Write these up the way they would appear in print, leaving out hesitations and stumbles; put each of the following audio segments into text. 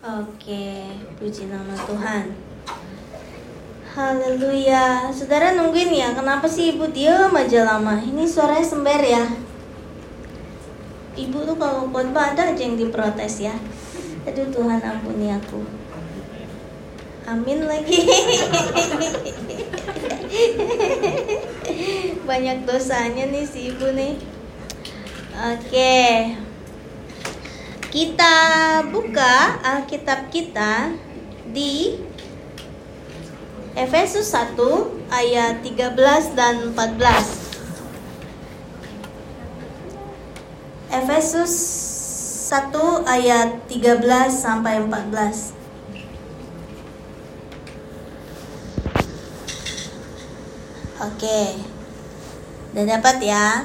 Oke, puji nama Tuhan. Haleluya. Saudara nungguin ya, kenapa sih ibu diam aja lama? Ini suaranya sember ya. Ibu tuh kalau khotbah ada aja yang diprotes ya. Aduh Tuhan ampuni aku. Amin lagi. Banyak dosanya nih si ibu nih. Oke. Kita buka Alkitab kita di Efesus 1 ayat 13 dan 14. Efesus 1 ayat 13 sampai 14. Oke. Udah dapat ya?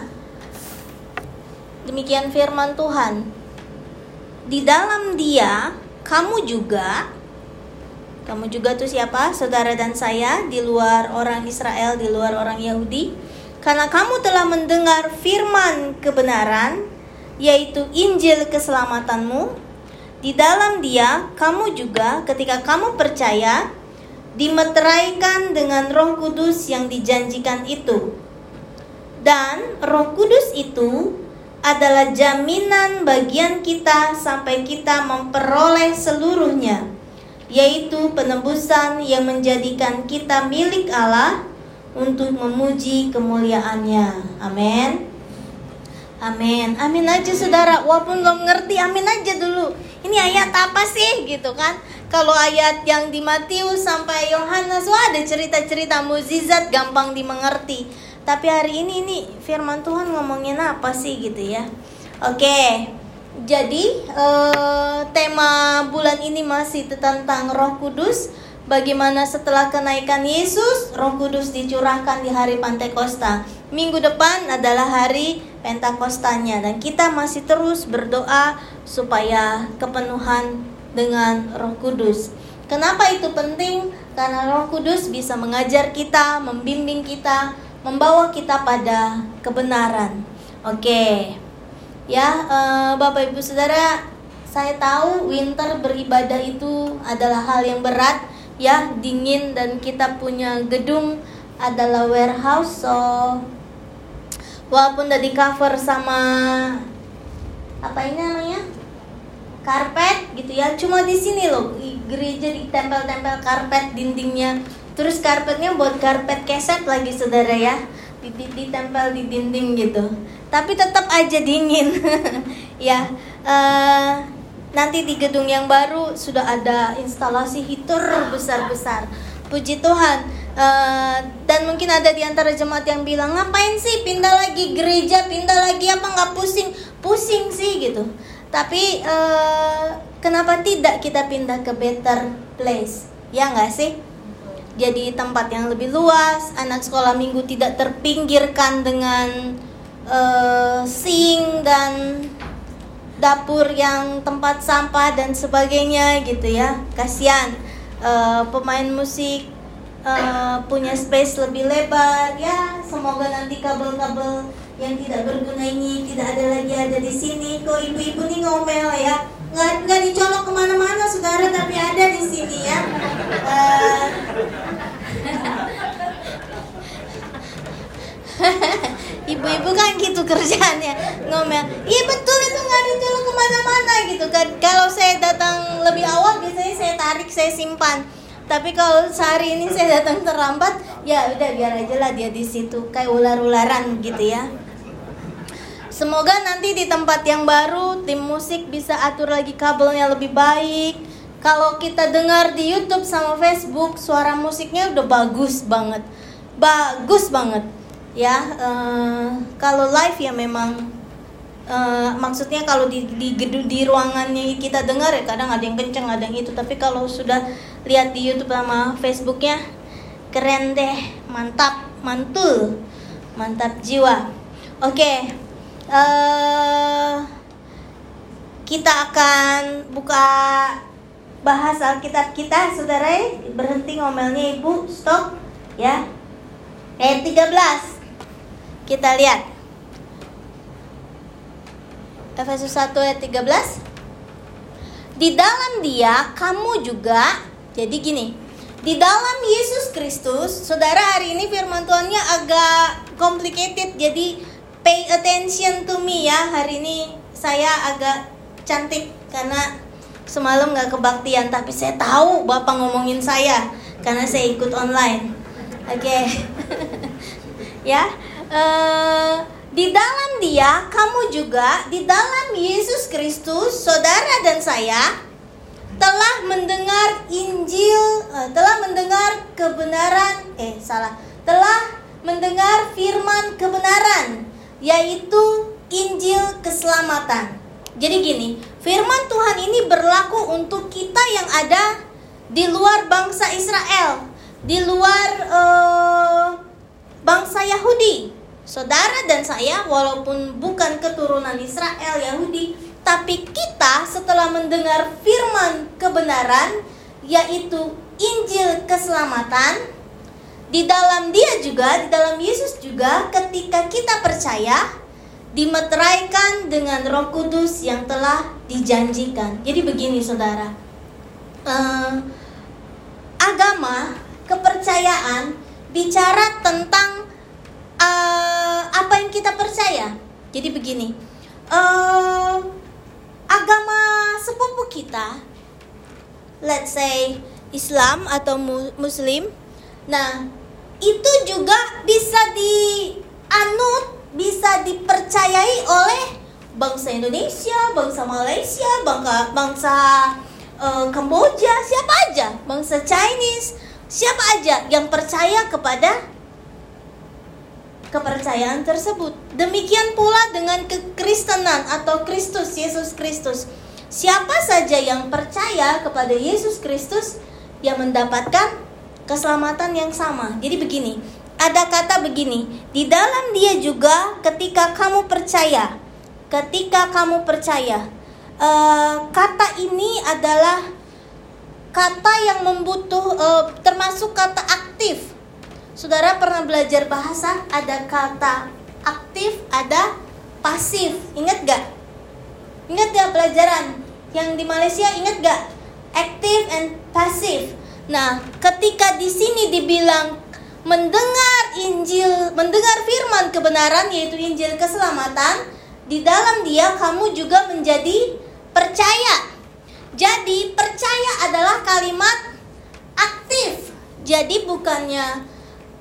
Demikian firman Tuhan. Di dalam Dia, kamu juga tuh siapa? Saudara dan saya, di luar orang Israel, di luar orang Yahudi. Karena kamu telah mendengar firman kebenaran, yaitu Injil keselamatanmu. Di dalam Dia, kamu juga ketika kamu percaya, dimeteraikan dengan Roh Kudus yang dijanjikan itu. Dan Roh Kudus itu adalah jaminan bagian kita sampai kita memperoleh seluruhnya, yaitu penebusan yang menjadikan kita milik Allah untuk memuji kemuliaannya. Amin. Amin. Amin aja saudara. Walaupun belum ngerti, amin aja dulu. Ini ayat apa sih gitu kan? Kalau ayat yang di Matius sampai Yohanes, wah ada cerita-cerita mukjizat gampang dimengerti. Tapi hari ini firman Tuhan ngomongin apa sih gitu ya. Oke. Jadi tema bulan ini masih tentang Roh Kudus. Bagaimana setelah kenaikan Yesus, Roh Kudus dicurahkan di hari Pentakosta. Minggu depan adalah hari Pentakostanya. Dan kita masih terus berdoa supaya kepenuhan dengan Roh Kudus. Kenapa itu penting? Karena Roh Kudus bisa mengajar kita, membimbing kita, membawa kita pada kebenaran. Oke. Ya, Bapak Ibu Saudara, saya tahu winter beribadah itu adalah hal yang berat, ya, dingin, dan kita punya gedung adalah warehouse, so walaupun udah di cover sama apa ini namanya, karpet gitu ya, cuma di sini loh gereja ditempel-tempel karpet dindingnya. Terus karpetnya buat karpet keset lagi saudara ya, ditempel di dinding gitu. Tapi tetap aja dingin. Ya, nanti di gedung yang baru sudah ada instalasi heater besar-besar. Puji Tuhan. Dan mungkin ada di antara jemaat yang bilang, ngapain sih pindah lagi gereja, pindah lagi apa, nggak pusing? Pusing sih gitu. Tapi kenapa tidak kita pindah ke better place? Ya nggak sih? Jadi tempat yang lebih luas, anak sekolah minggu tidak terpinggirkan dengan sink dan dapur yang tempat sampah dan sebagainya gitu ya. Kasihan pemain musik punya space lebih lebar ya. Semoga nanti kabel-kabel yang tidak berguna ini tidak ada di sini. Kok ibu-ibu nih ngomel ya, nggak dicolok kemana-mana saudara, tapi ada di sini ya. Ibu-ibu kan gitu kerjaannya, ngomel. Iya betul, itu nggak dicolok kemana-mana gitu kan. Kalau saya datang lebih awal biasanya saya tarik, saya simpan. Tapi kalau sehari ini saya datang terlambat, ya udah biar aja lah dia di situ kayak ular-ularan gitu ya. Semoga nanti di tempat yang baru tim musik bisa atur lagi kabelnya lebih baik. Kalau kita dengar di YouTube sama Facebook, suara musiknya udah bagus banget. Ya, kalau live ya memang maksudnya kalau di gedung di ruangannya kita dengar ya kadang ada yang kenceng, ada yang itu. Tapi kalau sudah lihat di YouTube sama Facebooknya, keren deh, mantap, mantul, mantap jiwa. Oke. Kita akan buka bahas Alkitab kita, saudara. Berhenti ngomelnya ibu, stop ya. Ayat 13 kita lihat. Efesus 1 ayat 13. Di dalam Dia kamu juga. Jadi gini, di dalam Yesus Kristus, saudara, hari ini firman Tuhannya agak complicated, jadi pay attention to me ya. Hari ini saya agak cantik karena semalam gak kebaktian, tapi saya tahu Bapak ngomongin saya karena saya ikut online. Oke. Ya, di dalam Dia kamu juga, di dalam Yesus Kristus, saudara dan saya telah mendengar Injil, telah mendengar kebenaran, telah mendengar firman kebenaran, yaitu Injil keselamatan. Jadi gini, firman Tuhan ini berlaku untuk kita yang ada di luar bangsa Israel, di luar bangsa Yahudi. Saudara dan saya walaupun bukan keturunan Israel Yahudi, tapi kita setelah mendengar firman kebenaran, yaitu Injil keselamatan, di dalam Dia juga, di dalam Yesus juga, ketika kita percaya, dimeteraikan dengan Roh Kudus yang telah dijanjikan. Jadi begini saudara, agama, kepercayaan bicara tentang apa yang kita percaya. Jadi begini, agama sepupu kita, let's say Islam atau Muslim, nah itu juga bisa dianut, bisa dipercayai oleh bangsa Indonesia, bangsa Malaysia, bangsa Kamboja, siapa aja, bangsa Chinese, siapa aja yang percaya kepada kepercayaan tersebut. Demikian pula dengan kekristenan atau Kristus, Yesus Kristus. Siapa saja yang percaya kepada Yesus Kristus yang mendapatkan keselamatan yang sama. Jadi begini, ada kata begini, di dalam Dia juga ketika kamu percaya. Kata ini adalah kata yang termasuk kata aktif. Saudara pernah belajar bahasa, ada kata aktif, ada pasif. Ingat gak? Ingat gak pelajaran yang di Malaysia? Ingat gak? Active and passive. Nah, ketika di sini dibilang mendengar Injil, mendengar firman kebenaran, yaitu Injil keselamatan, di dalam Dia kamu juga menjadi percaya. Jadi percaya adalah kalimat aktif. Jadi bukannya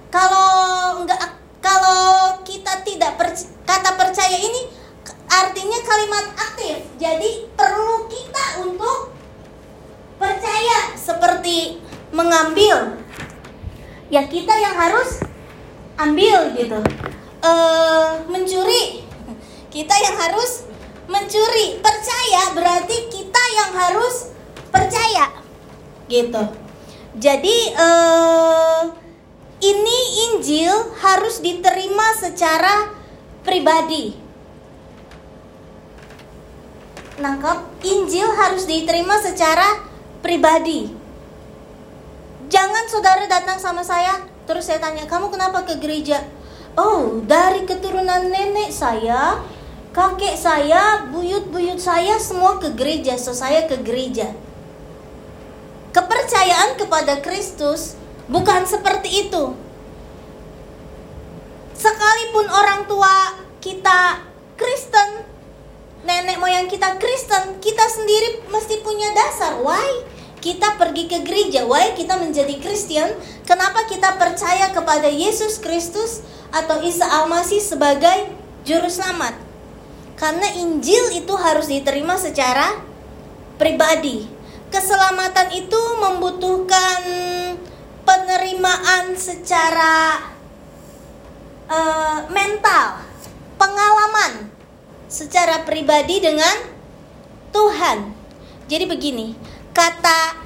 kalau kita tidak kata percaya ini artinya kalimat aktif. Jadi perlu kita untuk percaya, seperti mengambil. Ya kita yang harus ambil gitu. Mencuri, kita yang harus mencuri. Percaya berarti kita yang harus percaya gitu. Jadi ini Injil harus diterima secara pribadi. Nangkap? Injil harus diterima secara pribadi. Jangan saudara datang sama saya, terus saya tanya, kamu kenapa ke gereja? Oh, dari keturunan nenek saya, kakek saya, buyut-buyut saya semua ke gereja, so saya ke gereja. Kepercayaan kepada Kristus bukan seperti itu. Sekalipun orang tua kita Kristen, nenek moyang kita Kristen, kita sendiri mesti punya dasar. Why kita pergi ke gereja? Why kita menjadi Kristen? Kenapa kita percaya kepada Yesus Kristus atau Isa Al-Masih sebagai juru selamat? Karena Injil itu harus diterima secara pribadi. Keselamatan itu membutuhkan penerimaan secara mental, pengalaman secara pribadi dengan Tuhan. Jadi begini, kata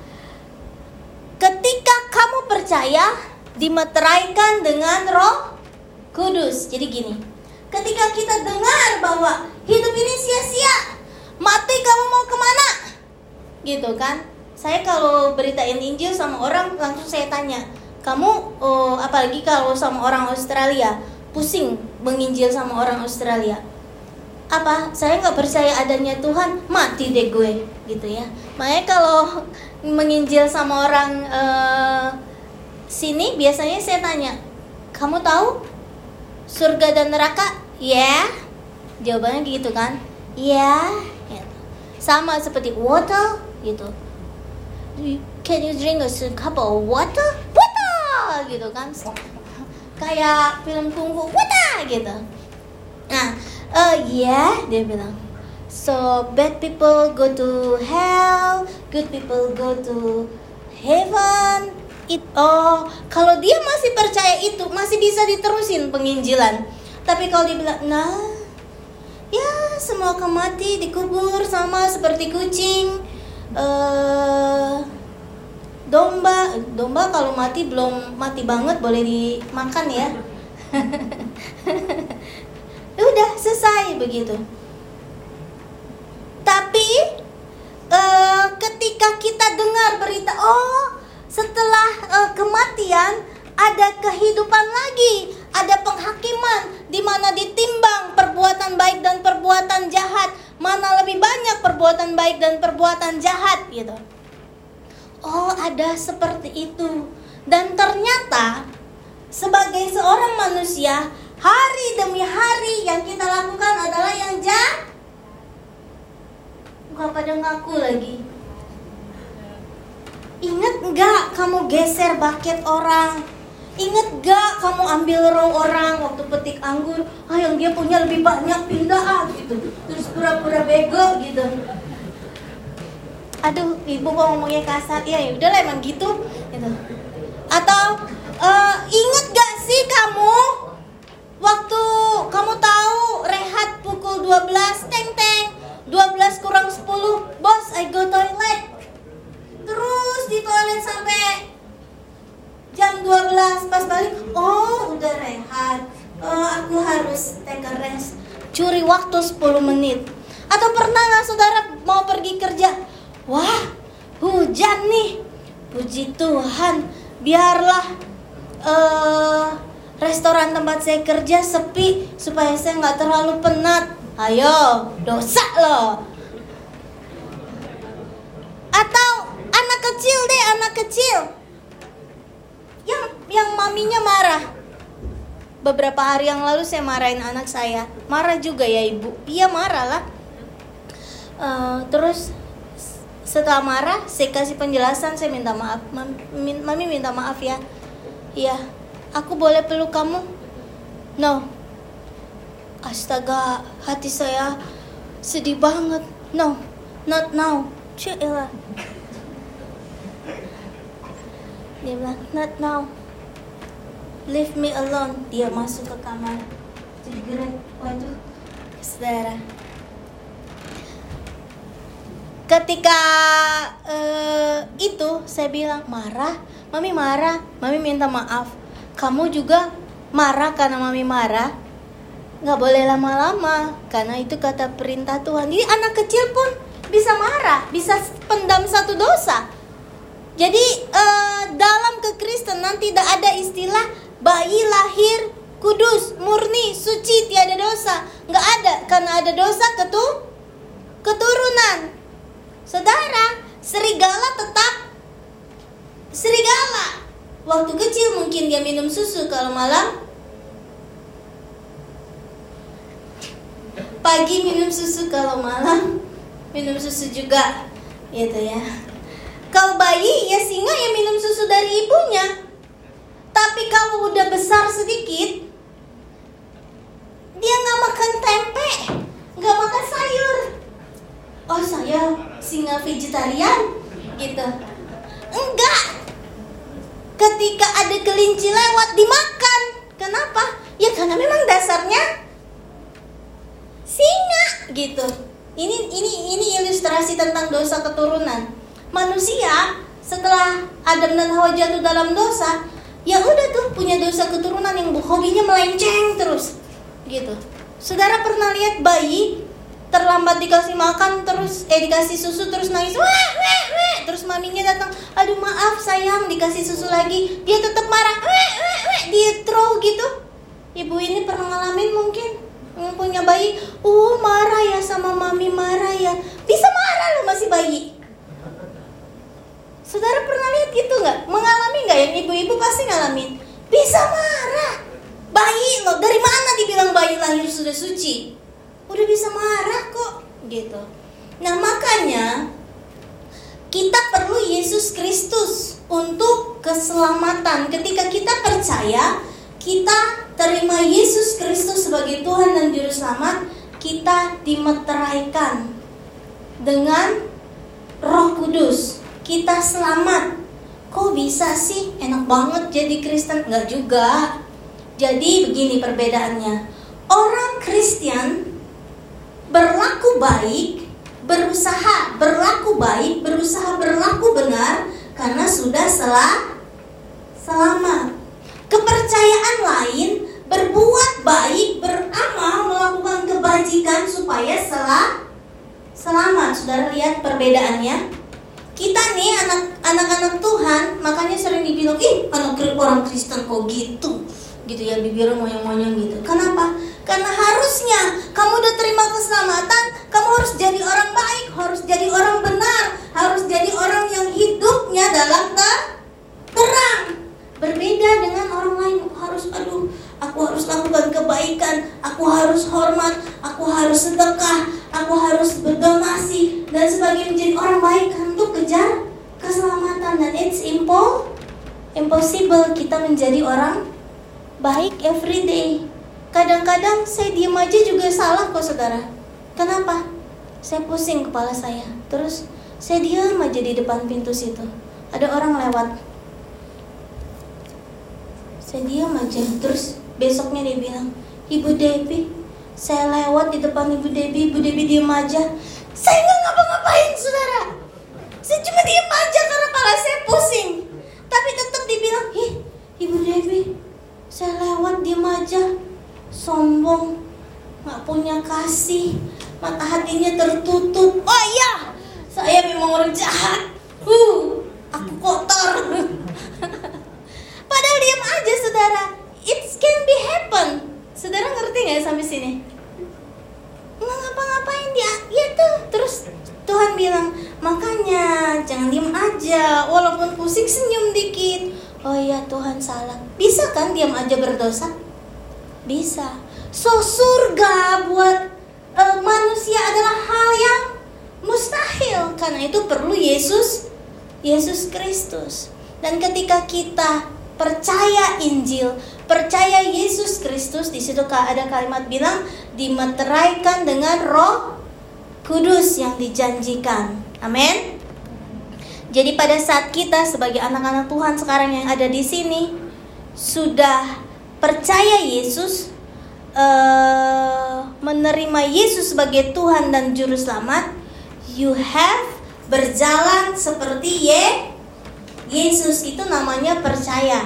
ketika kamu percaya dimeteraikan dengan Roh Kudus. Jadi gini, ketika kita dengar bahwa hidup ini sia-sia, mati kamu mau kemana? Gitu kan? Saya kalau beritain Injil sama orang, langsung saya tanya, kamu apalagi kalau sama orang Australia, pusing menginjil sama orang Australia. Saya nggak percaya adanya Tuhan, mati deh gue, gitu ya. Makanya kalau menginjil sama orang sini, biasanya saya tanya, kamu tahu surga dan neraka? Ya, jawabannya gitu kan? Ya, gitu. Sama seperti water, gitu. Can you drink a cup of water? Water, gitu kan? Kayak film kungfu, water, gitu. Nah, yeah, dia bilang. So bad people go to hell, good people go to heaven. Kalau dia masih percaya itu, masih bisa diterusin penginjilan. Tapi kalau dia bilang, nah, ya semua akan mati, dikubur sama seperti kucing. Domba kalau mati belum mati banget boleh dimakan ya. Udah selesai begitu. Tapi ketika kita dengar berita, setelah kematian ada kehidupan lagi, ada penghakiman di mana ditimbang perbuatan baik dan perbuatan jahat, mana lebih banyak perbuatan baik dan perbuatan jahat gitu. Ada seperti itu. Dan ternyata sebagai seorang manusia, hari demi hari yang kita lakukan adalah yang jahat. Bukan pada ngaku lagi. Ingat enggak kamu geser bucket orang? Ingat enggak kamu ambil row orang waktu petik anggur? Yang dia punya lebih banyak, pindah gitu. Terus pura-pura bego gitu. Aduh, ibu kok ngomongnya kasar. Ya udahlah emang gitu. Atau ingat gak sih kamu waktu kamu tahu rehat pukul 12, teng 12 kurang 10, bos I go toilet. Terus di toilet sampai jam 12, pas balik udah rehat. Aku harus take a rest. Curi waktu 10 menit. Atau pernah gak saudara mau pergi kerja? Wah, hujan nih. Puji Tuhan, biarlah restoran tempat saya kerja sepi supaya saya nggak terlalu penat. Ayo, dosa loh. Atau anak kecil yang maminya marah. Beberapa hari yang lalu saya marahin anak saya. Marah juga ya ibu. Iya marah lah. Terus setelah marah, saya kasih penjelasan, saya minta maaf. Mami minta maaf ya. Iya, aku boleh peluk kamu? No. Astaga, hati saya sedih banget. No, not now. Cielah. Dia bilang, not now. Leave me alone. Dia masuk ke kamar. Jegrek. Waduh, saudara. Ketika itu saya bilang marah, mami minta maaf. Kamu juga marah karena mami marah. Gak boleh lama-lama, karena itu kata perintah Tuhan. Jadi anak kecil pun bisa marah, bisa pendam satu dosa. Jadi dalam kekristenan tidak ada istilah bayi lahir kudus, murni, suci, tiada dosa. Gak ada, karena ada dosa keturunan. Saudara, serigala tetap serigala. Waktu kecil mungkin dia minum susu, kalau malam pagi minum susu, kalau malam minum susu juga, gitu ya. Kalau bayi ya singa yang minum susu dari ibunya. Tapi kalau udah besar sedikit, dia nggak makan tempe, nggak makan sayur. Saya singa vegetarian gitu. Enggak. Ketika ada kelinci lewat dimakan. Kenapa? Ya karena memang dasarnya singa gitu. Ini ilustrasi tentang dosa keturunan. Manusia setelah Adam dan Hawa jatuh dalam dosa, ya udah tuh punya dosa keturunan yang hobinya melenceng terus gitu. Saudara pernah lihat bayi terlambat dikasih makan terus dikasih susu terus nangis, wah, terus maminya datang, aduh maaf sayang, dikasih susu lagi, dia tetap marah, dia throw gitu. Ibu ini pernah ngalamin mungkin. Yang punya bayi, marah ya sama mami, marah ya. Bisa marah loh masih bayi. Saudara pernah lihat gitu nggak? Mengalami nggak? Yang ibu-ibu pasti ngalamin. Bisa marah. Bayi loh, dari mana dibilang bayi lahir sudah suci? Udah bisa marah kok, gitu. Nah makanya kita perlu Yesus Kristus untuk keselamatan. Ketika kita percaya, kita terima Yesus Kristus sebagai Tuhan dan Juru Selamat, kita dimeteraikan dengan Roh Kudus. Kita selamat. Kok bisa sih? Enak banget jadi Kristen? Enggak juga. Jadi begini perbedaannya. Orang Kristen berlaku baik, berusaha berlaku baik, berusaha berlaku benar karena sudah selamat. Kepercayaan lain berbuat baik, beramal, melakukan kebajikan supaya selamat. Saudara lihat perbedaannya. Kita nih anak-anak Tuhan, makanya sering dibilang, anak orang Kristen kok gitu ya, bibirnya monyong-monyong gitu. Kenapa? Karena harusnya kamu udah terima keselamatan, kamu harus jadi orang baik, harus jadi orang benar, harus jadi orang yang hidupnya dalam terang. Berbeda dengan orang lain, aku harus lakukan kebaikan, aku harus hormat, aku harus sedekah, aku harus berdonasi dan sebagainya, menjadi orang baik untuk kejar keselamatan. Dan it's impossible kita menjadi orang baik everyday. Kadang-kadang saya diam aja juga salah kok saudara. Kenapa? Saya pusing kepala saya. Terus saya diam aja di depan pintu situ. Ada orang lewat, saya diam aja. Terus besoknya dia bilang, Ibu Debbie, saya lewat di depan Ibu Debbie diam aja. Saya nggak ngapa-ngapain saudara. Saya cuma diam aja karena kepala saya pusing. Tapi tetap dibilang, Ibu Debbie, saya lewat diam aja. Sombong, nggak punya kasih, mata hatinya tertutup. Oh iya, saya memang orang jahat. Aku kotor. Padahal diam aja saudara. It can be happen. Saudara ngerti nggak sampai sini? Nggak ngapa-ngapain dia, ya tuh. Terus Tuhan bilang, makanya jangan diam aja, walaupun pusing senyum dikit. Oh iya Tuhan salah. Bisa kan diam aja berdosa? Bisa. So surga buat manusia adalah hal yang mustahil. Karena itu perlu Yesus Kristus. Dan ketika kita percaya Injil, percaya Yesus Kristus, di situ ada kalimat bilang dimeteraikan dengan Roh Kudus yang dijanjikan. Amin. Jadi pada saat kita sebagai anak-anak Tuhan sekarang yang ada di sini sudah percaya Yesus, menerima Yesus sebagai Tuhan dan Juru Selamat, you have berjalan seperti Yesus. Itu namanya percaya.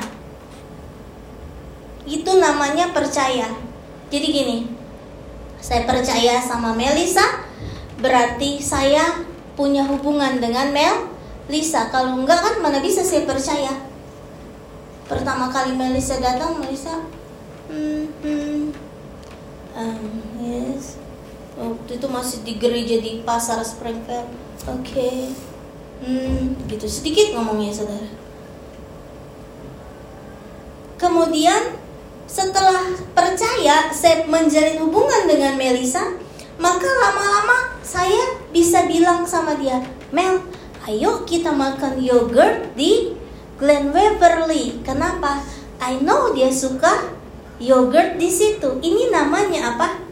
Itu namanya percaya. Jadi gini, saya percaya sama Melisa, berarti saya punya hubungan dengan Melisa. Kalau enggak kan mana bisa saya percaya. Pertama kali Melisa datang, Melisa yes. Waktu itu masih di gereja di pasar Springfield. Oke. Gitu sedikit ngomongnya saudara. Kemudian setelah percaya, saya menjalin hubungan dengan Melisa, maka lama-lama saya bisa bilang sama dia, Mel, ayo kita makan yogurt di Glen Waverly. Kenapa? I know dia suka yogurt di situ. Ini namanya apa?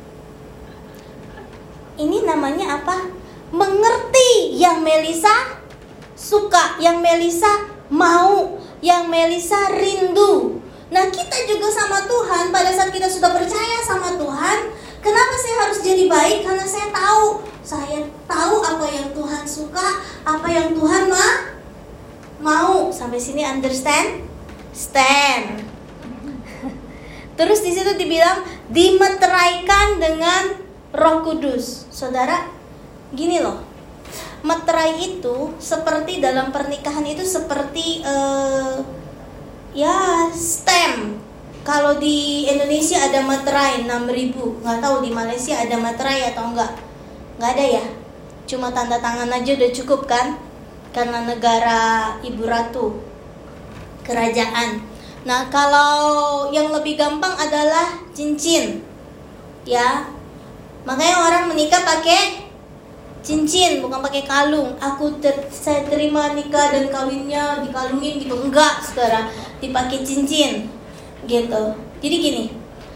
Ini namanya apa? Mengerti yang Melisa suka, yang Melisa mau, yang Melisa rindu. Nah kita juga sama Tuhan, pada saat kita sudah percaya sama Tuhan, kenapa saya harus jadi baik? Karena saya tahu apa yang Tuhan suka, apa yang Tuhan mau. Sampai sini understand? Stand. Terus di situ dibilang dimeteraikan dengan Roh Kudus. Saudara, gini loh. Meterai itu seperti dalam pernikahan itu seperti stem. Kalau di Indonesia ada materai 6.000, nggak tahu di Malaysia ada materai atau enggak. Nggak ada ya. Cuma tanda tangan aja udah cukup kan? Karena negara ibu ratu, kerajaan. Nah, kalau yang lebih gampang adalah cincin. Ya. Makanya orang menikah pakai cincin, bukan pakai kalung. Saya terima nikah dan kawinnya dikalungin gitu. Enggak, saudara. Dipakai cincin. Gitu. Jadi gini.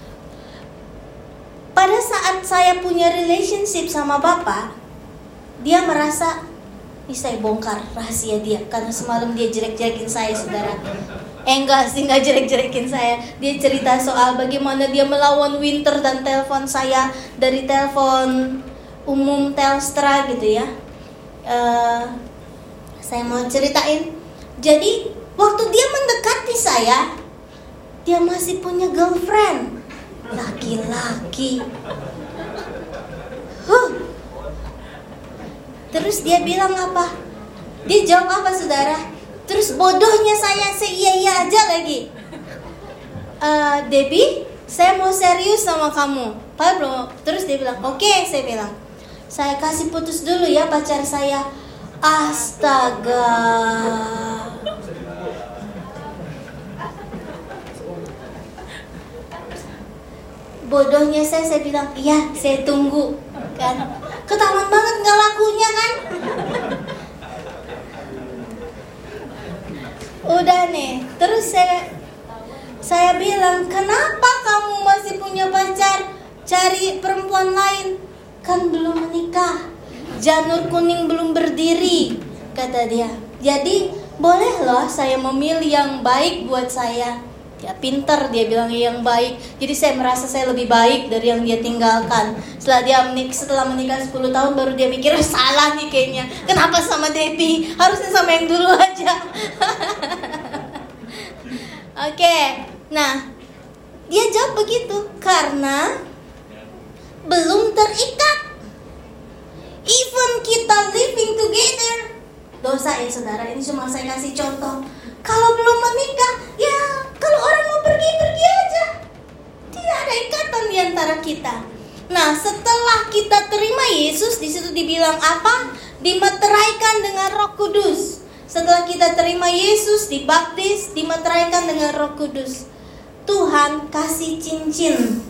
Pada saat saya punya relationship sama Bapak, dia merasa ini saya bongkar rahasia dia karena semalam dia jelek-jelekin saya, saudara. Enggak sih, enggak jelek-jelekin saya. Dia cerita soal bagaimana dia melawan winter dan telepon saya dari telepon umum Telstra gitu ya. Saya mau ceritain. Jadi waktu dia mendekati saya, dia masih punya girlfriend, laki-laki. Terus dia bilang apa? Dia jawab apa, saudara? Terus bodohnya saya iya aja lagi. Debbie, saya mau serius sama kamu. Terus dia bilang, oke, saya bilang, saya kasih putus dulu ya pacar saya. Astaga. Bodohnya saya bilang, iya, saya tunggu. Kan? Ketahuan banget gak lakunya kan? Udah nih, terus saya bilang, kenapa kamu masih punya pacar? Cari perempuan lain, kan belum menikah, janur kuning belum berdiri, kata dia. Jadi boleh loh saya memilih yang baik buat saya. Ya pintar, dia bilang yang baik. Jadi saya merasa saya lebih baik dari yang dia tinggalkan. Setelah menikah 10 tahun baru dia mikir, salah nih kayaknya. Kenapa sama Debbie? Harusnya sama yang dulu aja. Oke. Nah, dia jawab begitu karena belum terikat. Even kita living together, dosa ya saudara. Ini cuma saya kasih contoh. Kalau belum menikah, ya kalau orang mau pergi aja. Tidak ada ikatan di antara kita. Nah, setelah kita terima Yesus, di situ dibilang apa? Dimeteraikan dengan Roh Kudus. Setelah kita terima Yesus, dibaptis, dimeteraikan dengan Roh Kudus. Tuhan kasih cincin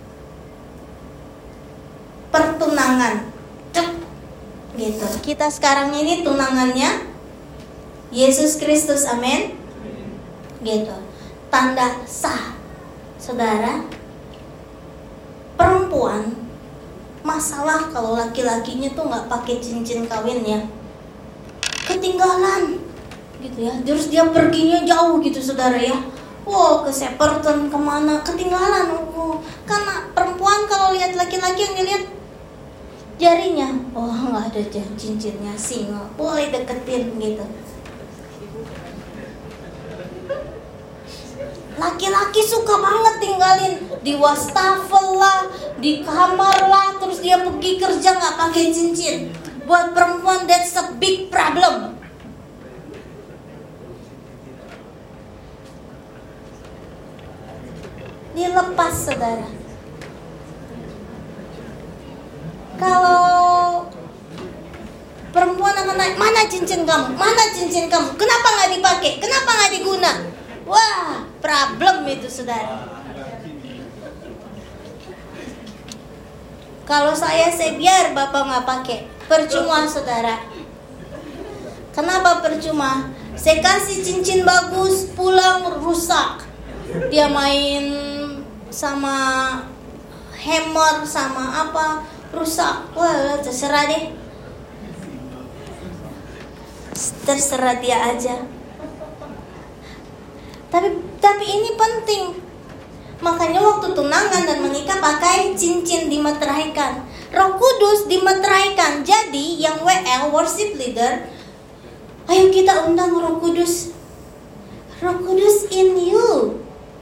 pertunangan. Gitu. Kita sekarang ini tunangannya Yesus Kristus, amin. Gitu. Tanda sah. Saudara, perempuan masalah kalau laki-lakinya tuh nggak pakai cincin kawinnya, ketinggalan gitu ya. Terus dia perginya jauh gitu, saudara ya. Wow, ke Shepperton kemana, ketinggalan. Karena perempuan kalau lihat laki-laki yang dilihat jarinya, nggak ada cincinnya, single, boleh deketin gitu. Laki-laki suka banget tinggalin di wastafel lah, di kamar lah, terus dia pergi kerja nggak pakai cincin. Buat perempuan that's a big problem. Dilepas, saudara. Kalau perempuan akan naik, mana cincin kamu? Mana cincin kamu? Kenapa nggak dipakai? Kenapa nggak diguna? Wah, problem itu, saudara. Kalau saya biar bapak nggak pakai, percuma, saudara. Kenapa percuma? Saya kasih cincin bagus, pulang rusak. Dia main sama hammer, sama apa, rusak. Wah, terserah deh. Terserah dia aja. Tapi ini penting. Makanya waktu tunangan dan menikah pakai cincin, dimeteraikan. Roh Kudus dimeteraikan. Jadi yang WL, worship leader, ayo kita undang Roh Kudus. Roh Kudus in you.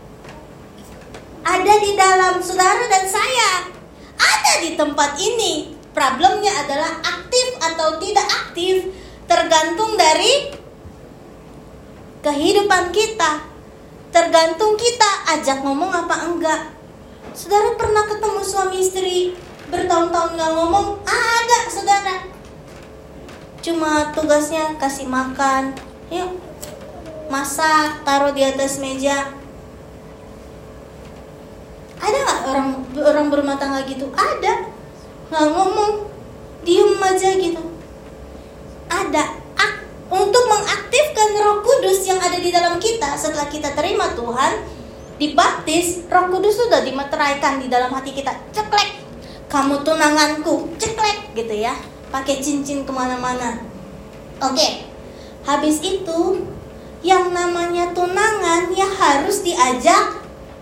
Ada di dalam saudara dan saya. Ada di tempat ini. Problemnya adalah aktif atau tidak aktif, tergantung dari kehidupan kita. Tergantung kita ajak ngomong apa enggak. Saudara pernah ketemu suami istri bertahun-tahun gak ngomong? Ada, saudara. Cuma tugasnya kasih makan, yuk masak, taruh di atas meja. Ada gak orang berumah tangga gitu? Ada. Gak ngomong, diem aja gitu. Ada. Untuk mengaktifkan Roh Kudus yang ada di dalam kita setelah kita terima Tuhan, dibaptis, Roh Kudus sudah dimeteraikan di dalam hati kita. Ceklek, kamu tunanganku, ceklek gitu ya. Pakai cincin kemana-mana. Oke, habis itu yang namanya tunangan ya harus diajak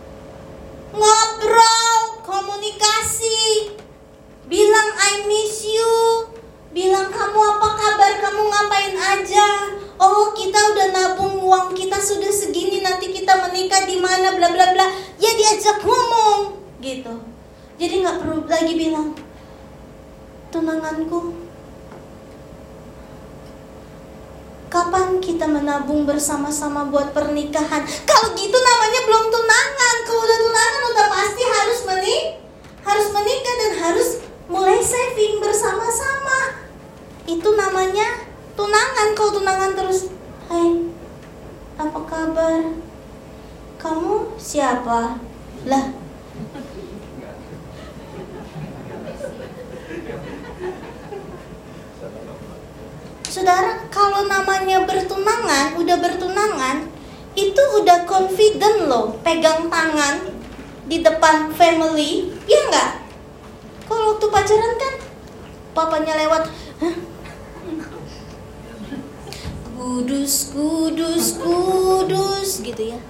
ngobrol, komunikasi. Bilang I miss you, bilang kamu apa kabar, kamu ngapain aja. Oh, kita udah nabung uang kita sudah segini, nanti kita menikah di mana, bla bla bla. Ya diajak ngomong gitu. Jadi nggak perlu lagi bilang tunanganku, kapan kita menabung bersama-sama buat pernikahan. Kalau gitu namanya belum tunangan. Kalau udah tunangan udah pasti harus menikah dan harus mulai saving bersama-sama. Itu namanya tunangan. Kalau tunangan terus, hai, apa kabar? Kamu siapa? Lah, saudara, kalau namanya bertunangan, udah bertunangan, itu udah confident loh, pegang tangan di depan family, ya enggak? Kalau waktu pacaran kan, papanya lewat, hah? Kudus, kudus, kudus gitu ya.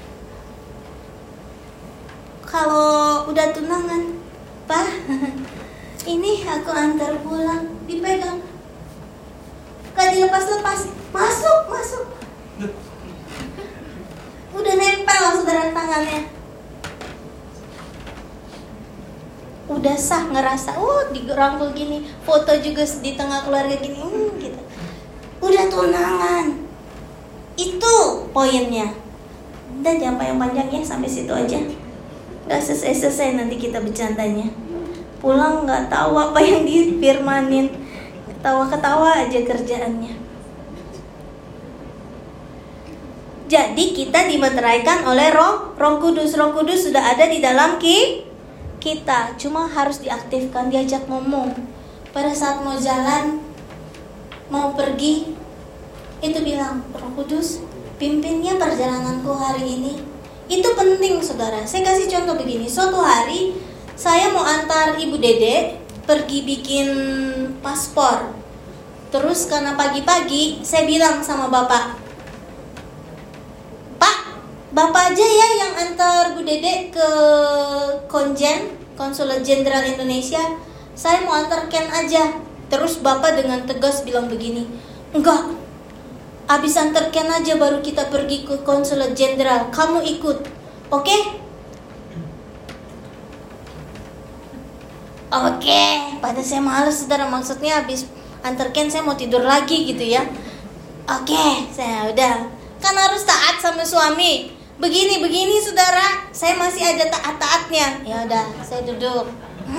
Kalau udah tunangan, Pak, ini aku antar pulang, dipegang. Gak dilepas-lepas, masuk. Udah nempel saudara tangannya. Udah sah ngerasa, dirangkul gini, foto juga di tengah keluarga gini, gitu. Udah tunangan. Itu poinnya. Dan jangan panjang-panjang ya, sampai situ aja. Gak selesai-selesai nanti kita bercandanya. Pulang gak tahu apa yang difirmanin. Ketawa-ketawa aja kerjaannya. Jadi kita dimeteraikan oleh Roh Kudus. Roh Kudus sudah ada di dalam kita. Cuma harus diaktifkan, diajak ngomong. Pada saat mau jalan, mau pergi, itu bilang, Roh Kudus, pimpinnya perjalananku hari ini. Itu penting saudara. Saya kasih contoh begini. Suatu hari saya mau antar Ibu Dede pergi bikin paspor. Terus karena pagi-pagi saya bilang sama bapak, Pak, bapak aja ya yang antar Bu Dede ke Konjen, Konsulat Jenderal Indonesia. Saya mau antar Ken aja. Terus bapak dengan tegas bilang begini, enggak, abis antar Ken aja baru kita pergi ke Konsulat Jenderal. Kamu ikut, oke? Oke, pada saya males saudara, maksudnya habis antar Ken saya mau tidur lagi gitu ya. Oke, saya udah, kan harus taat sama suami. Begini saudara, saya masih ada taat-taatnya. Ya udah, saya duduk.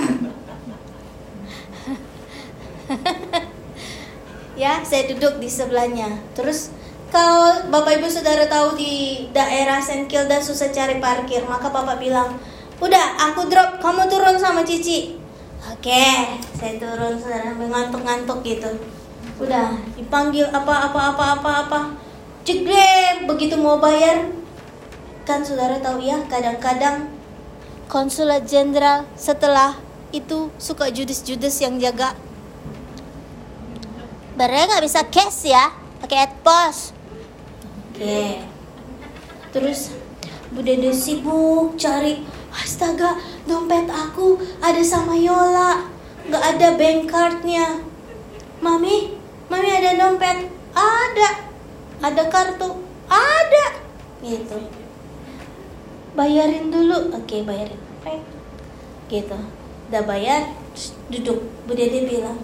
Ya, saya duduk di sebelahnya. Terus kalau Bapak Ibu Saudara tahu di daerah St. Kilda susah cari parkir, maka Bapak bilang, udah aku drop, kamu turun sama Cici. Oke, saya turun saudara, ngantuk-ngantuk gitu. Udah dipanggil apa. Jegrem, begitu mau bayar. Kan saudara tahu ya, kadang-kadang Konsulat Jenderal setelah itu suka judes-judes yang jaga. Barangnya nggak bisa cash ya, pakai @pos. Oke. Terus Bu Dede sibuk cari. Astaga, dompet aku ada sama Yola, nggak ada bank cardnya. Mami ada dompet? Ada kartu? Ada. Gitu. Bayarin dulu. Oke, bayarin. Gitu. Udah bayar, duduk. Bu Dede bilang,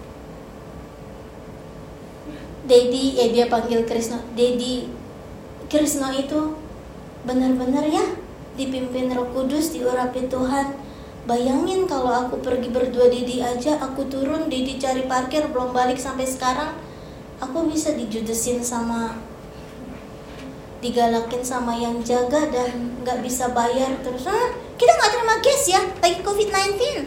Dedi, dia panggil Krisna, Dedi, Krisna itu benar-benar ya dipimpin Roh Kudus, diurapi Tuhan. Bayangin kalau aku pergi berdua Didi aja, aku turun, Didi cari parkir, belum balik sampai sekarang, aku bisa dijudesin sama, digalakin sama yang jaga dan gak bisa bayar. Terus kita gak terima cash ya, lagi COVID-19.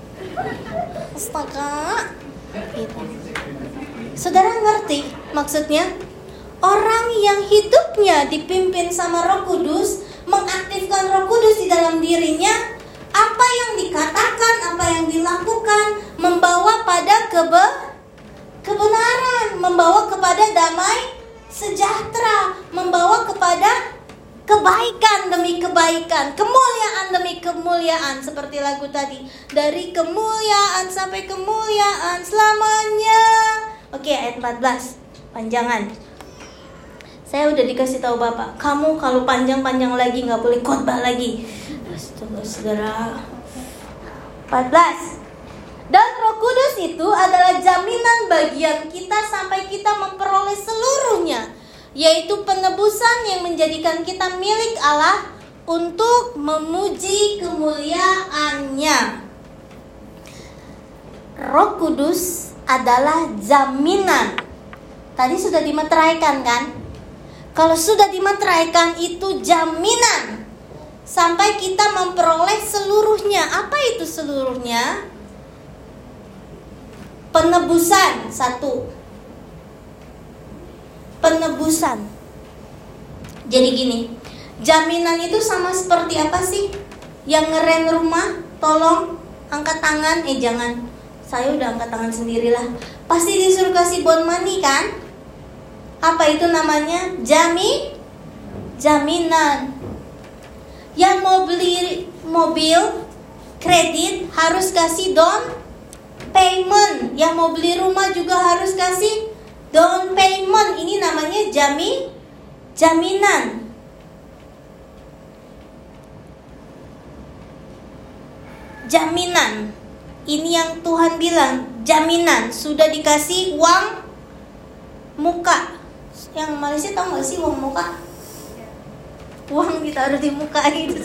Astaga gitu. Saudara ngerti maksudnya? Orang yang hidupnya dipimpin sama Roh Kudus, mengaktifkan Roh Kudus di dalam dirinya, apa yang dikatakan, apa yang dilakukan membawa pada kebenaran, membawa kepada damai sejahtera, membawa kepada kebaikan demi kebaikan, kemuliaan demi kemuliaan. Seperti lagu tadi, dari kemuliaan sampai kemuliaan selamanya. Oke, ayat 14, panjangan. Saya udah dikasih tahu Bapak, kamu kalau panjang-panjang lagi gak boleh khotbah lagi. Astaga saudara. 14. Dan Roh Kudus itu adalah jaminan bagian kita sampai kita memperoleh seluruhnya, yaitu penebusan yang menjadikan kita milik Allah untuk memuji kemuliaannya. Roh Kudus adalah jaminan. Tadi sudah dimeteraikan kan? Kalau sudah dimeteraikan itu jaminan sampai kita memperoleh seluruhnya. Apa itu seluruhnya? Penebusan, satu. Penebusan. Jadi gini, jaminan itu sama seperti apa sih? Yang ngeren rumah, tolong angkat tangan. Jangan, saya udah angkat tangan sendirilah. Pasti disuruh kasih bond money kan? Apa itu namanya? Jaminan. Yang mau beli mobil kredit harus kasih down payment. Yang mau beli rumah juga harus kasih down payment. Ini namanya jaminan. Jaminan. Ini yang Tuhan bilang, jaminan. Sudah dikasih uang muka. Yang Malaysia tahu gak sih uang muka? Uang ditaruh di muka gitu.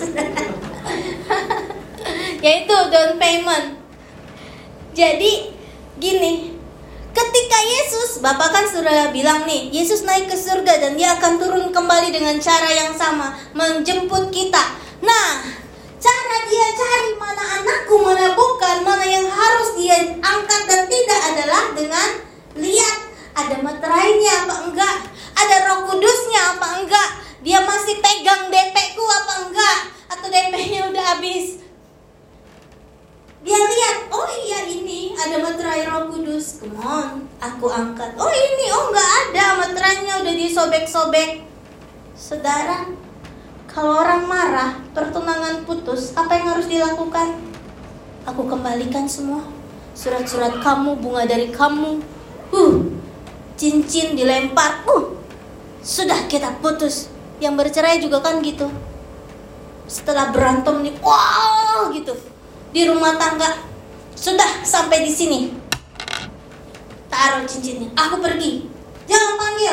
Yaitu down payment. Jadi gini, ketika Yesus, Bapak kan sudah bilang nih, Yesus naik ke surga dan dia akan turun kembali dengan cara yang sama, menjemput kita. Nah, cara dia cari mana anakku, mana bukan, mana yang harus dia angkat dan tidak adalah dengan lihat ada meterainya apa enggak, ada Roh Kudusnya apa enggak, dia masih pegang DP-ku apa enggak, atau DP-nya udah habis. Dia lihat, oh iya ini ada meterai Roh Kudus, come on, aku angkat. Oh ini, oh enggak ada, meterainya udah disobek-sobek. Saudara, kalau orang marah, pertunangan putus, apa yang harus dilakukan? Aku kembalikan semua. Surat-surat kamu, bunga dari kamu, cincin dilempar, sudah kita putus. Yang bercerai juga kan gitu. Setelah berantem nih, wow gitu. Di rumah tangga, sudah sampai di sini. Taruh cincinnya, aku pergi. Jangan panggil.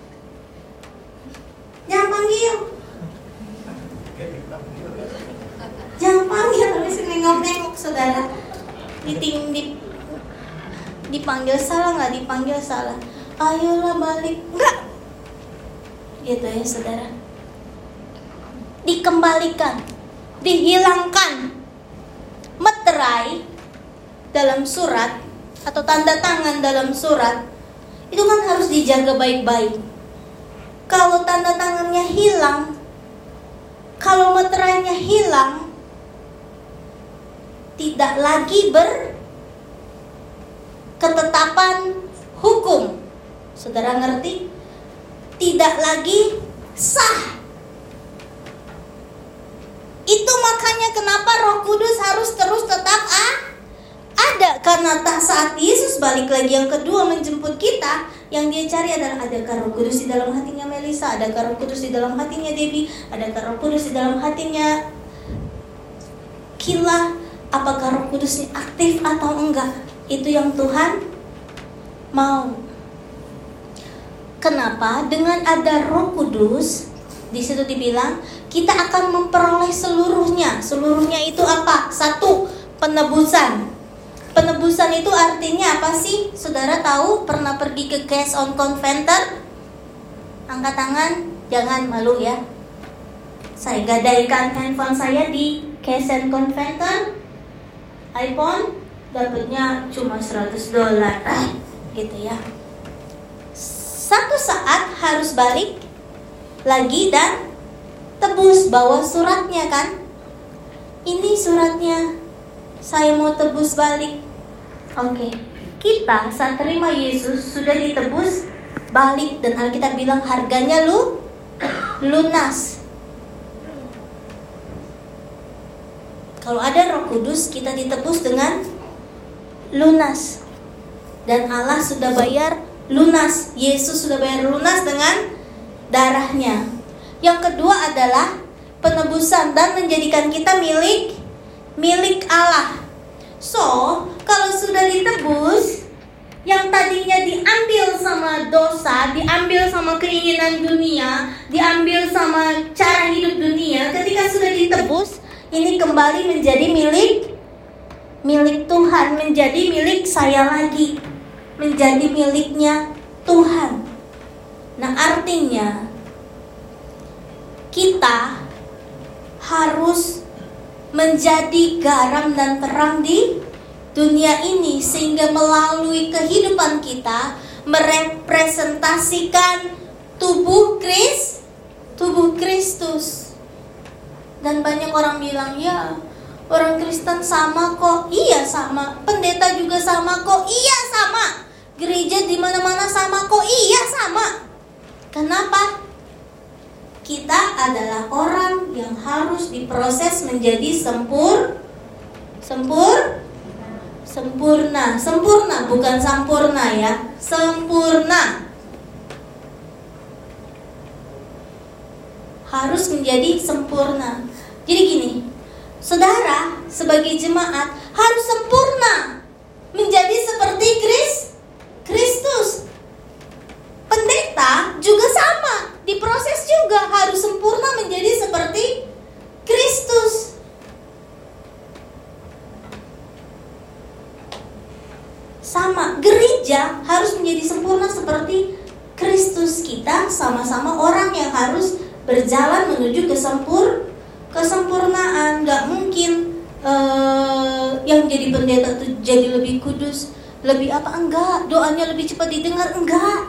Jangan panggil. Jangan panggil, habis nengok-nengok saudara. Dipanggil salah nggak? Dipanggil salah. Ayolah balik. Enggak. Gitu ya saudara. Dikembalikan, dihilangkan. Meterai dalam surat atau tanda tangan dalam surat itu kan harus dijaga baik-baik. Kalau tanda tangannya hilang, kalau meterainya hilang, tidak lagi berketetapan hukum. Saudara ngerti? Tidak lagi sah. Itu makanya kenapa Roh Kudus harus terus tetap ada. Karena saat Yesus balik lagi yang kedua menjemput kita, yang dia cari adalah, adakah Roh Kudus di dalam hatinya Melisa, adakah Roh Kudus di dalam hatinya Debbie, adakah Roh Kudus di dalam hatinya Kila, apakah Roh Kudus ini aktif atau enggak. Itu yang Tuhan mau. Kenapa? Dengan ada Roh Kudus Di situ dibilang kita akan memperoleh seluruhnya. Seluruhnya itu apa? Satu, penebusan. Penebusan itu artinya apa sih? Saudara tahu, pernah pergi ke Cash on Converter? Angkat tangan, jangan malu ya. Saya gadaikan handphone saya di Cash on Converter, iPhone, dapatnya cuma $100, gitu ya. Satu saat harus balik lagi dan tebus, bawa suratnya kan. Ini suratnya, saya mau tebus balik. Oke, kita saat terima Yesus sudah ditebus balik, dan Alkitab bilang harganya lunas. Kalau ada Roh Kudus, kita ditebus dengan lunas, dan Allah sudah bayar lunas. Yesus sudah bayar lunas dengan darahnya. Yang kedua adalah penebusan dan menjadikan kita milik Allah. So, kalau sudah ditebus, yang tadinya diambil sama dosa, diambil sama keinginan dunia, diambil sama cara hidup dunia, ketika sudah ditebus, ini kembali menjadi milik Tuhan, menjadi milik saya lagi, menjadi miliknya Tuhan. Nah, artinya kita harus menjadi garam dan terang di dunia ini, sehingga melalui kehidupan kita merepresentasikan tubuh Kristus. Dan banyak orang bilang, ya orang Kristen sama kok. Iya sama. Pendeta juga sama kok. Iya sama. Gereja di mana-mana sama kok. Iya sama. Kenapa? Kita adalah orang yang harus diproses menjadi sempurna. Sempurna, bukan sampurna ya. Sempurna. Harus menjadi sempurna. Jadi gini, saudara sebagai jemaat harus sempurna, menjadi seperti Kristus. Pendeta juga sama, diproses juga harus sempurna menjadi seperti Kristus. Sama, gereja harus menjadi sempurna seperti Kristus. Kita sama-sama orang yang harus berjalan menuju kesempurnaan. Gak mungkin yang jadi pendeta itu jadi lebih kudus, lebih apa? Enggak. Doanya lebih cepat didengar? Enggak.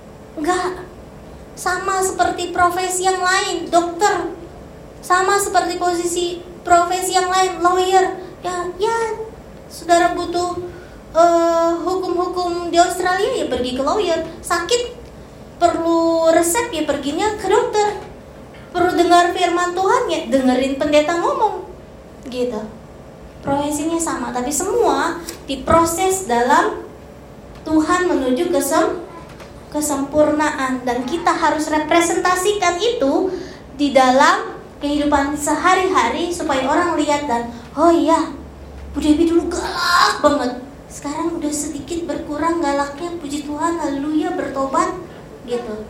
Sama seperti profesi yang lain, dokter. Sama seperti profesi yang lain, lawyer. Ya, saudara butuh hukum-hukum di Australia, ya pergi ke lawyer. Sakit, perlu resep, ya perginya ke dokter. Perlu dengar firman Tuhan, ya dengerin pendeta ngomong, gitu. Profesinya sama, tapi semua diproses dalam Tuhan menuju kesempurnaan. Dan kita harus representasikan itu di dalam kehidupan sehari-hari, supaya orang lihat dan, oh iya, Bu Dewi dulu galak banget, sekarang udah sedikit berkurang galaknya, puji Tuhan, haleluya, bertobat, gitu.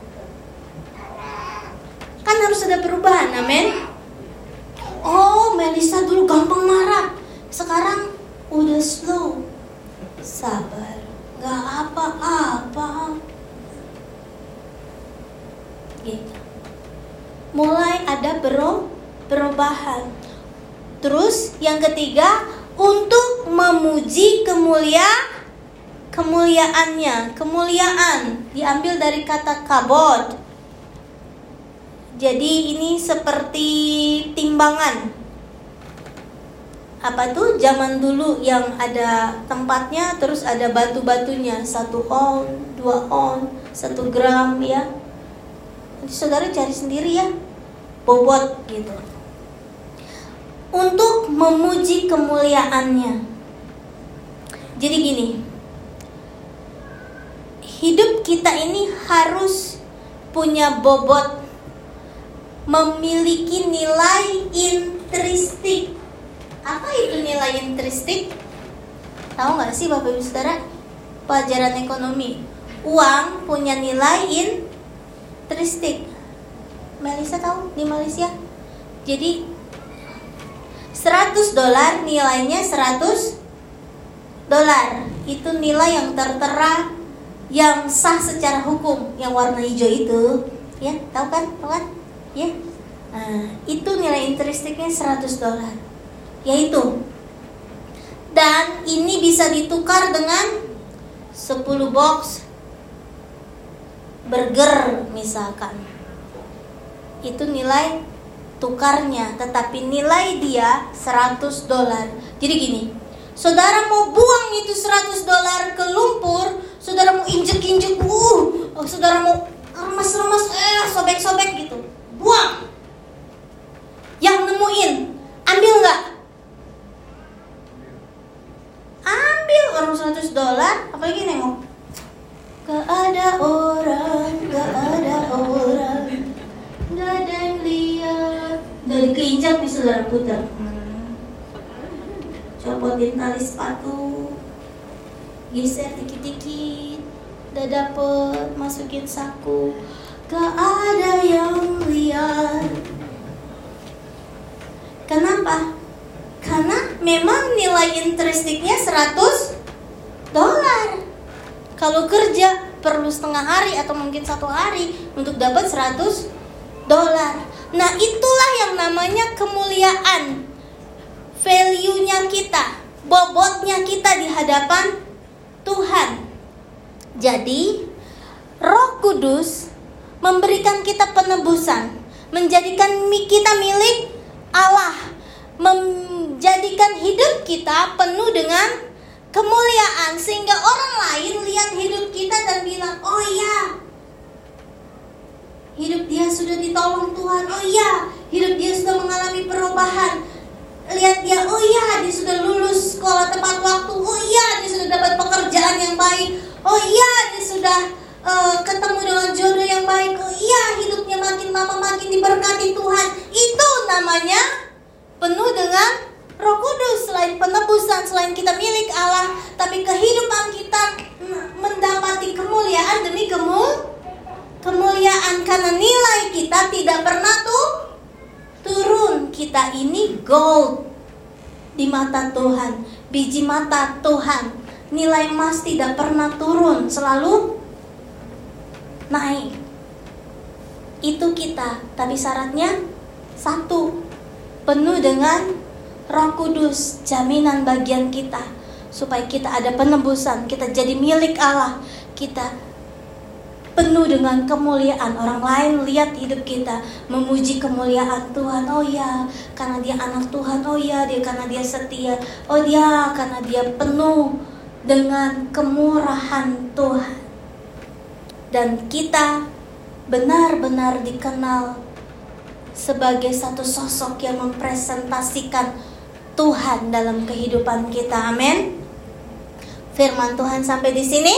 Kan harus ada perubahan, amin. Oh, Melisa dulu gampang marah, sekarang udah slow, sabar, gak apa-apa, gitu. Mulai ada perubahan. Terus yang ketiga, untuk memuji kemuliaannya. Kemuliaan diambil dari kata kabod. Jadi ini seperti timbangan. Apa tuh? Zaman dulu yang ada tempatnya, terus ada batu-batunya, 1 on, 2 on, 1 gram ya. Nanti saudara cari sendiri ya, bobot gitu. Untuk memuji kemuliaannya. Jadi gini, hidup kita ini harus punya bobot, memiliki nilai intristik. Apa itu nilai intristik? Tahu gak sih Bapak Ibu Saudara? Pelajaran ekonomi. Uang punya nilai intristik. Melisa tahu di Malaysia? Jadi $100 nilainya $100. Itu nilai yang tertera, yang sah secara hukum, yang warna hijau itu, ya, tahu kan? Ya. Itu nilai intrinstiknya $100. Yaitu, dan ini bisa ditukar dengan 10 box burger misalkan. Itu nilai tukarnya, tetapi nilai dia $100. Jadi gini, saudara mau buang itu $100 ke lumpur, saudara mau injek-injek, saudara mau remas-remas, sobek-sobek gitu, buang. Yang nemuin, ambil nggak? Ambil, orang $100, apalagi nengok. Gak ada orang, gak ada yang lihat. Dari keinjak bisa saudara putar. Copotin tali sepatu, geser dikit-dikit, udah dapet, masukin saku. Gak ada yang lihat. Kenapa? Karena memang nilai intrinstiknya $100. Kalau kerja perlu setengah hari atau mungkin 1 hari untuk dapat $100. Nah, itulah yang namanya kemuliaan. Value-nya kita, bobotnya kita di hadapan Tuhan. Jadi, Roh Kudus memberikan kita penebusan, menjadikan kita milik Allah, menjadikan hidup kita penuh dengan kemuliaan, sehingga orang lain lihat hidup kita dan bilang, oh iya, hidup dia sudah ditolong Tuhan. Oh iya, hidup dia sudah mengalami perubahan. Lihat dia, oh iya, dia sudah lulus sekolah tepat waktu. Oh iya, dia sudah dapat pekerjaan yang baik. Oh iya, dia sudah ketemu dengan jodoh yang baik. Oh iya, hidupnya makin lama makin diberkati Tuhan. Itu namanya penuh dengan Roh Kudus. Selain penebusan, selain kita milik Allah, tapi kehidupan kita mendapati kemuliaan demi kemuliaan, karena nilai kita tidak pernah turun. Kita ini gold di mata Tuhan, biji mata Tuhan. Nilai emas tidak pernah turun, selalu naik. Itu kita, tapi syaratnya satu, penuh dengan Roh Kudus, jaminan bagian kita, supaya kita ada penebusan, kita jadi milik Allah, kita penuh dengan kemuliaan. Orang lain lihat hidup kita, memuji kemuliaan Tuhan. Oh ya, karena dia anak Tuhan. Oh ya, dia karena dia setia. Oh ya, karena dia penuh dengan kemurahan Tuhan. Dan kita benar-benar dikenal sebagai satu sosok yang mempresentasikan Tuhan dalam kehidupan kita. Amin. Firman Tuhan sampai di sini.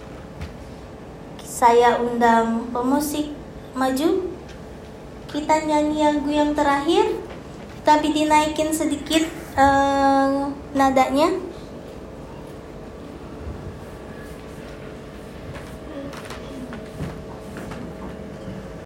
Saya undang pemusik maju. Kita nyanyi lagu yang terakhir, tapi dinaikin sedikit nadanya.